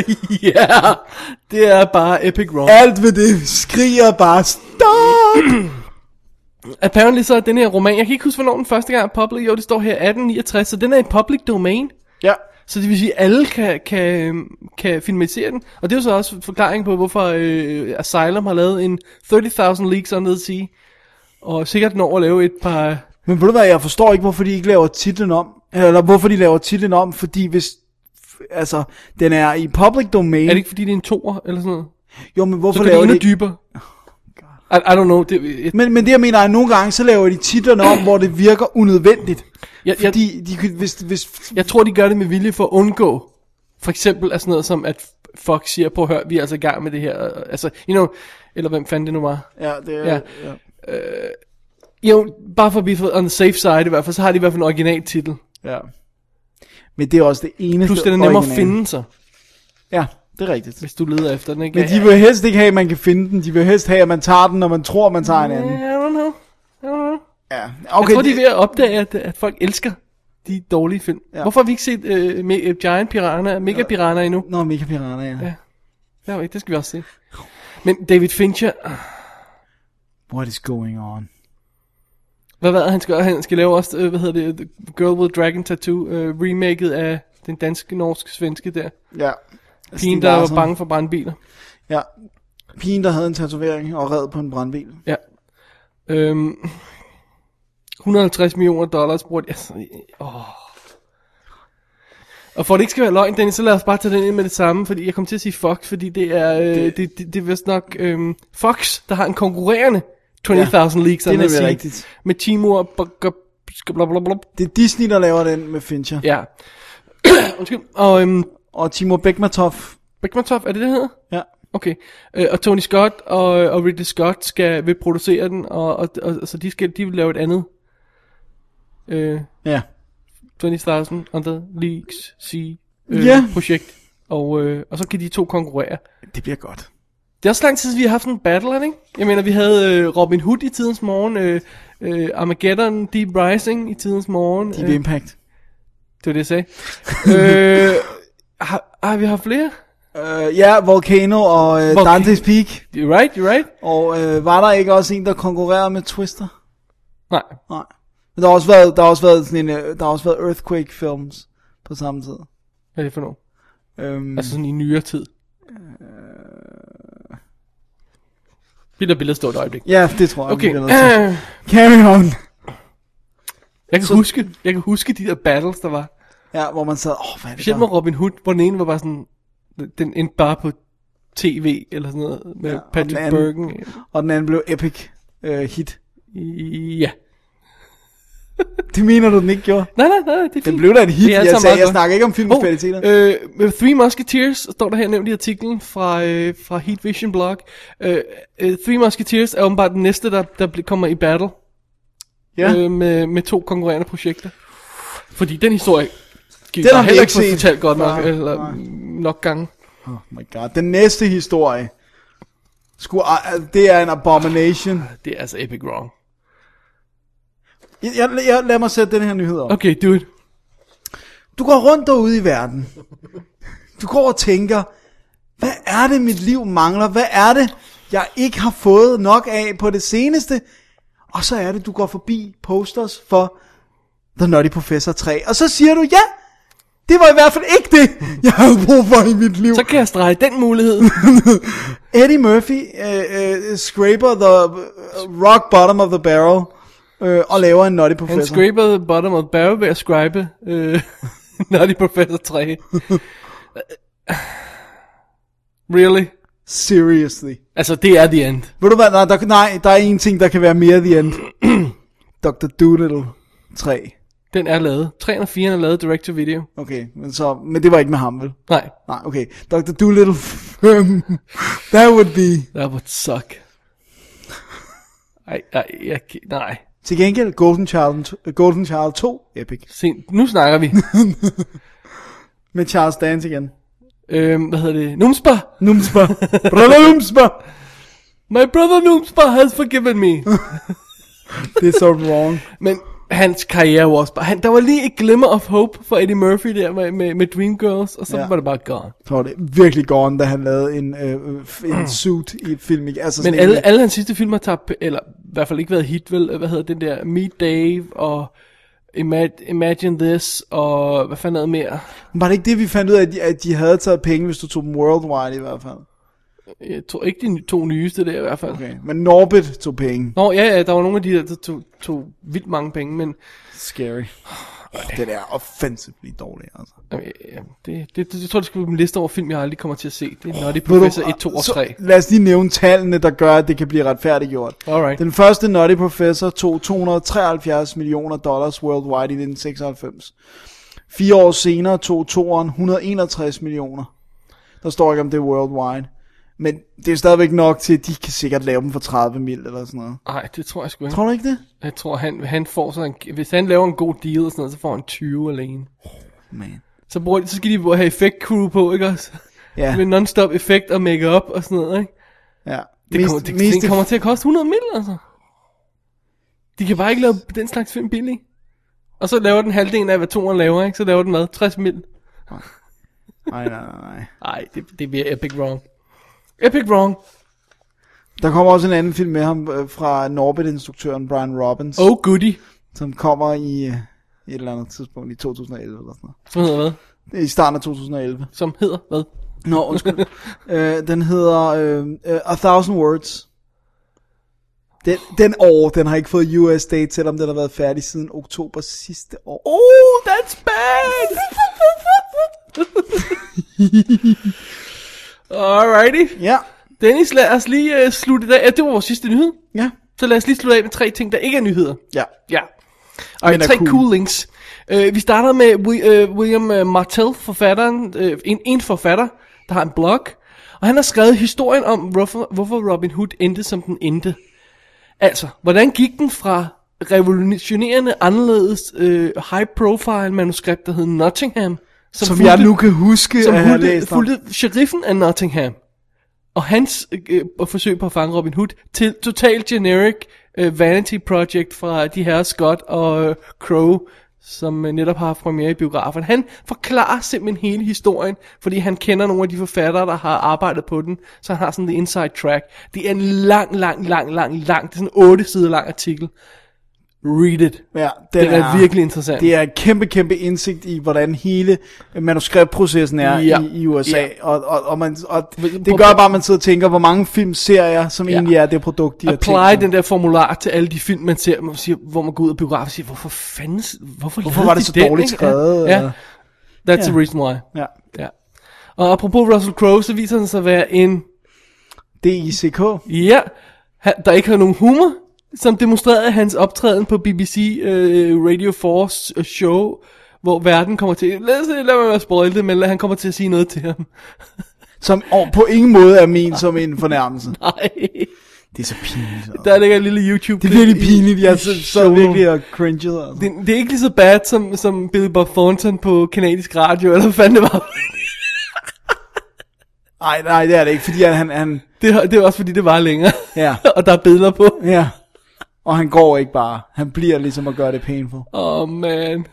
Det er bare epic wrong. Alt ved det skriger bare stop. Apparently så er den her roman, jeg kan ikke huske, hvornår den første gang er public. Jo, det står her 1869, så den er i public domain. Ja. Så det vil sige, at alle kan filmatisere den. Og det er jo så også forklaring på, hvorfor Asylum har lavet en 30.000 Leagues Under the Sea. Og sikkert når at lave et par... Men ved du hvad, jeg forstår ikke, hvorfor de ikke laver titlen om. Eller hvorfor de laver titlen om, fordi hvis... Altså, den er i public domain... Er det ikke, fordi det er en toer, eller sådan noget? Jo, men hvorfor så laver de... dybere. I don't know. Men det jeg mener er, at nogle gange, så laver de titlerne om, hvor det virker unødvendigt. Fordi hvis... Jeg tror, de gør det med vilje for at undgå. For eksempel er sådan noget som, at Fox siger, på hør, vi er altså i gang med det her. Altså, eller hvem fanden det nu var. Ja, det er... Jo, bare for at blive on the safe side i hvert fald, så har de i hvert fald en original titel. Ja. Men det er også det eneste. Plus det er nemmere at finde sig. Ja, det er rigtigt. Hvis du leder efter den, ikke? Men de vil helst ikke have, at man kan finde den. De vil helst have, at man tager den, når man tror, man tager en anden. I don't know. Ja, okay. Jeg tror, de er ved at opdage, at folk elsker de dårlige film. Ja. Hvorfor har vi ikke set Giant Piranha, Mega Piranha endnu? Nå, Mega Piranha, ja. Det skal vi også se. Men David Fincher... What is going on? Hvad var det, han skal gøre? Han skal lave også, The Girl with Dragon Tattoo, remaket af den danske, norske, svenske der. Ja. Pigen, der var bange for brandbiler. Ja. Pigen, der havde en tatovering og red på en brandbil. Ja. $150 million bruger de. Altså, Og for det ikke skal være løgn, Dennis, så lad os bare tage den ind med det samme, fordi jeg kom til at sige Fox, fordi det er det er vist nok Fox, der har en konkurrerende 20.000 Leagues. Det er nemlig rigtigt. Med Timur blablabla. Det er Disney, der laver den med Fincher. Ja. Undskyld. Og Timur Bekmatov. Bekmatov, er det hedder? Ja. Okay. Og Tony Scott og Ridley Scott vil producere den, og så de vil lave et andet. Ja. 20.000 Under Leagues projekt. Og så kan de to konkurrere. Det bliver godt. Det er også lang tid, siden vi har haft en battle, ikke? Jeg mener, vi havde Robin Hood i tidens morgen, Armageddon, Deep Rising i tidens morgen. Deep Impact. Det var det, jeg sagde. Har vi haft flere? Ja, Volcano og Dante's Peak. You're right. Og var der ikke også en, der konkurrerede med Twister? Nej. Men der har også været Earthquake films på samme tid. Hvad er det for noget? Altså sådan i nyere tid. Billeder står et øjeblik. Ja, det tror jeg. Okay. Carry on. Jeg kan huske de der battles, der var. Ja, hvor man sad, hvad er det der? Med Robin Hood, hvor den ene var bare sådan, den endte bare på tv, eller sådan noget, med Patrick Bergen. Og den anden blev epic hit. Ja. Det mener du, den ikke gjorde? Nej, det er fint. Den blev da et hit, jeg snakker ikke om filmens kvaliteter. Three Musketeers, står der her nævnt i artiklen fra Heat Vision blog. Three Musketeers er åbenbart den næste, der kommer i battle. Ja. Med to konkurrerende projekter. Fordi den historie den har heller ikke fået fortalt godt nok, eller nok gange. Oh my god, den næste historie det er en abomination. Det er altså epic wrong. Jeg lad mig sætte den her nyhed op. Okay, do it. Du går rundt derude i verden. Du går og tænker, hvad er det mit liv mangler? Hvad er det jeg ikke har fået nok af på det seneste? Og så er det du går forbi posters for The Nutty Professor 3. Og så siger du, ja, det var i hvert fald ikke det jeg havde brug for i mit liv. Så kan jeg strege den mulighed. Eddie Murphy scraper the rock bottom of the barrel og laver en Nutty Professor. Han scraper the bottom of the barrel ved at scribe Nutty Professor 3. Really? Seriously? Altså, det er the end. Ved du hvad, der er en ting, der kan være mere the end. Dr. Dolittle 3. Den er lavet. 3 og 4 er lavet direct to video. Okay, men det var ikke med ham, vel? Nej, okay. Dr. Dolittle. That would suck. Nej. Til gengæld, Golden Child 2, epic. Se, nu snakker vi. Med Charles Dance igen. Hvad hedder det? Numspa. Brother Numspa. My brother Numspa has forgiven me. Det er så wrong. Men hans karriere var også bare... der var lige et glimmer of hope for Eddie Murphy der med Dreamgirls, og så var det bare gone. Så var det virkelig gone, da han lavede en suit i et film. Altså men alle hans sidste film har tabt, eller i hvert fald ikke været hit, vel? Hvad hedder den der? Meet Dave og Imagine This og hvad fanden noget mere? Var det ikke det, vi fandt ud af, at de havde taget penge, hvis du tog dem worldwide i hvert fald? Jeg tror ikke de to nyeste der i hvert fald. Okay, men Norbit tog penge. Nå, ja, der var nogle af de der tog vildt mange penge, men... Scary. Det er offensively dårligt, altså. Jeg tror, det skal være en liste over film, jeg aldrig kommer til at se. Det er Nutty Professor 1, 2 og 3. Lad os lige nævne tallene, der gør, at det kan blive retfærdiggjort. Alright. Den første Nutty Professor tog $273 million worldwide i 1996. 4 år senere tog toeren 161 millioner. Der står ikke, om det er worldwide. Men det er stadigvæk nok til, at de kan sikkert lave dem for 30 mil eller sådan noget. Nej, det tror jeg sgu ikke. Tror du ikke det? Jeg tror, han får sådan hvis han laver en god deal og sådan noget, så får han 20 alene. Man. Så skal de have effekt crew på, ikke også? Ja. Med non-stop effekt og make-up og sådan noget, ikke? Ja. Det kommer til at koste 100 mil, altså. De kan bare ikke lave den slags film billig. Og så laver den halvdelen af, hvad toeren laver, ikke? Så laver den hvad? 60 mil. Nej. Nej, det bliver epic wrong. Epic wrong. Der kommer også en anden film med ham fra Norbit-instruktøren Brian Robbins. Oh goody. Som kommer i et eller andet tidspunkt i 2011 eller sådan noget. Som hedder hvad? I starten af 2011. Som hedder hvad? Nå, undskyld. Den hedder A Thousand Words. Den har ikke fået US date, selvom den har været færdig siden oktober sidste år. Oh, that's bad! Alrighty. Ja. Dennis, lad os lige slutte i dag. Ja, det var vores sidste nyhed. Ja. Så lad os lige slutte af med 3 ting, der ikke er nyheder. Ja. Ja. Og 3 cool links. Vi starter med William Martell, forfatteren, en forfatter, der har en blog. Og han har skrevet historien om, hvorfor Robin Hood endte, som den endte. Altså, hvordan gik den fra revolutionerende, anderledes, high-profile manuskript, der hed Nottingham, som jeg nu kan huske, at jeg har læst om. fulgte sheriffen af Nottingham, og hans forsøg på at fange Robin Hood, til totalt generic vanity project fra de her Scott og Crow, som netop har haft premiere i biografen. Han forklarer simpelthen hele historien, fordi han kender nogle af de forfattere, der har arbejdet på den, så han har sådan en inside track. Det er en lang, det er sådan en 8 sider lang artikel. Read it. Ja, den er virkelig interessant. Det er et kæmpe indsigt i, hvordan hele manuskriptprocessen er i USA. Ja. Og det gør bare, at man sidder og tænker, hvor mange filmserier, som egentlig er det produkt, de har tænkt. Apply den der formular til alle de film, man ser, man siger, hvor man går ud af biografen og siger, hvorfor var det så dårligt skrevet? Ja. That's the reason why. Ja. Og apropos Russell Crowe, så viser han sig at være en DICK. Ja, der ikke har nogen humor, som demonstrerede hans optræden på BBC Radio 4's show, hvor verden kommer til, lad mig være spoil det, men han kommer til at sige noget til ham. Som på ingen måde er ment som en fornærmelse. Nej. Det er så pinligt. Der ligger en lille YouTube-klip. Det er virkelig pinligt, jeg så virkelig og cringed. Altså. Det er ikke lige så bad som Billy Bob Thornton på kanadisk radio, eller hvad fanden det var. Nej, det er det ikke, fordi han... Det er også fordi, det var længere. Ja. Og der er billeder på. Ja. Og han går ikke bare. Han bliver ligesom at gøre det painful. Man.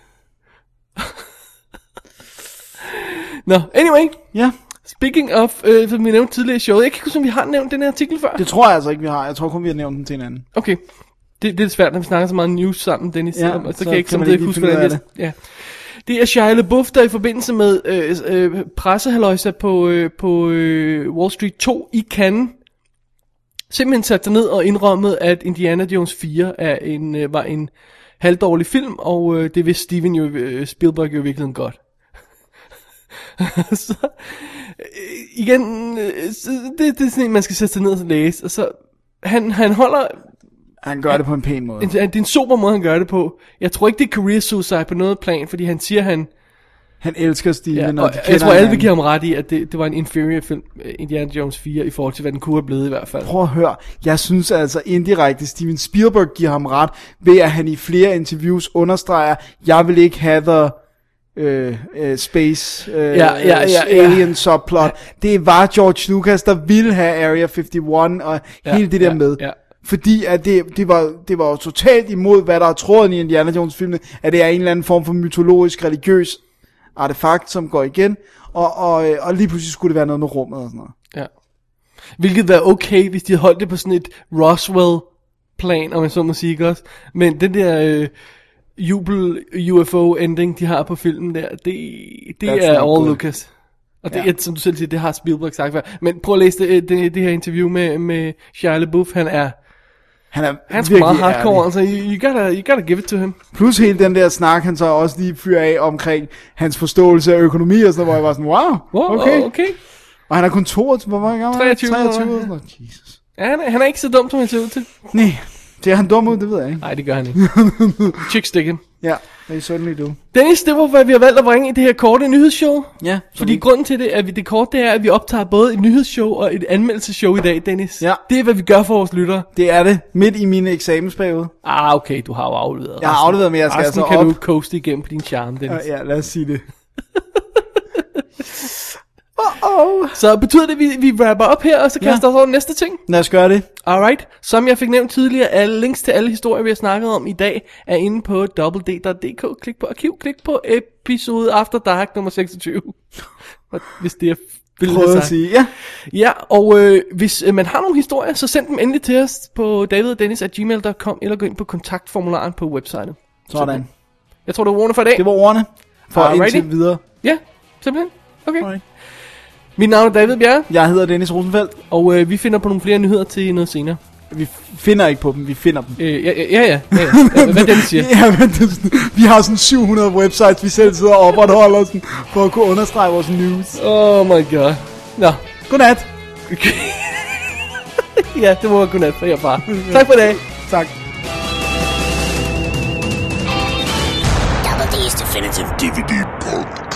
Anyway. Ja. Speaking of, som vi nævnte tidligere i showet. Jeg kan ikke huske, om vi har nævnt den her artikel før. Det tror jeg altså ikke, vi har. Jeg tror kun, vi har nævnt den til en anden. Okay. Det er svært, når vi snakker så meget news sammen, Dennis. Ja, og så kan jeg ikke samtidig huske, hvordan det er. Ja. Det er Shia LaBeouf, der i forbindelse med pressehaløjser på Wall Street 2 i Cannes simpelthen satte sig ned og indrømmede, at Indiana Jones 4 var en halvdårlig film, og det vidste Spielberg jo virkelig godt. Så igen, det er sådan en, man skal sætte sig ned og læse, og så han holder... Han gør det på en pæn måde. Det er en super måde, han gør det på. Jeg tror ikke, det er career suicide på noget plan, fordi han siger, han elsker Steven, og jeg tror, alle vil give ham ret i, at det var en inferior film, Indiana Jones 4, i forhold til, hvad den kunne have blevet i hvert fald. Prøv at høre. Jeg synes altså indirekte, Steven Spielberg giver ham ret, ved at han i flere interviews understreger, jeg vil ikke have space alien subplot. Det var George Lucas, der ville have Area 51 og hele det der med. Ja. Fordi at det var jo totalt imod, hvad der er tråden i Indiana Jones filmene, at det er en eller anden form for mytologisk, religiøs artefakt, som går igen, og lige pludselig skulle det være noget med rummet og sådan noget. Ja. Hvilket var okay, hvis de holdt det på sådan et Roswell-plan, om jeg så må sige også. Men den der jubel UFO-ending, de har på filmen der, det er all Lucas. Og det, som du selv siger, det har Spielberg sagt før. Men prøv at læse det her interview med Shia LaBeouf. Han er sgu meget hardcore, altså you gotta give it to him. Plus hele den der snak, han så også lige fyrer af omkring hans forståelse af økonomi og sådan, hvor jeg var sådan, wow, okay. Og han er kun 22, hvor mange gammel? 23. Jesus. Ja, han er ikke så dum, som han ser ud til. Nej, det er han dum ud, det ved jeg ikke. Nej, det gør han ikke. Chick sticking. Ja, det er certainly do. Dennis, det var, hvad vi har valgt at bringe i det her korte nyhedsshow. Ja. Fordi grunden til det, at det kort, det er, at vi optager både et nyhedsshow og et anmeldelsesshow i dag, Dennis. Ja. Det er, hvad vi gør for vores lyttere. Det er det. Midt i mine eksamensperiode. Okay, du har jo afleveret. Jeg har afleveret, men jeg skal altså op. Kan du coaste igennem på din charme, Dennis. Ja, lad os sige det. Så betyder det, at vi wrapper op her, og så kaster os over næste ting? Lad os gøre det. Alright. Som jeg fik nævnt tidligere, alle links til alle historier, vi har snakket om i dag, er inde på www.dk. Klik på arkiv, klik på episode After Dark nummer 26. Hvis det er prøv at sige, ja. Ja, og hvis man har nogle historier, så send dem endelig til os på daviddennis@gmail.com, eller gå ind på kontaktformularen på websitet. Sådan. Jeg tror, det var ordene for i dag. Det var ordene for indtil videre. Ja, simpelthen. Okay. Alright. Mit navn er David Bjerre, Jeg hedder Dennis Rosenfeldt. og vi finder på nogle flere nyheder til noget senere. Vi finder ikke på dem, vi finder dem. Ja. Hvad den siger. Ja, men det er sådan, vi har sådan 700 websites, vi selv sidder og opretholder sådan, for at kunne understrege vores news. Oh my god. Nå. Godnat. Ja, det må være godnat for herfra. Tak for i dag. Tak. Double D's Definitive DVD Punk.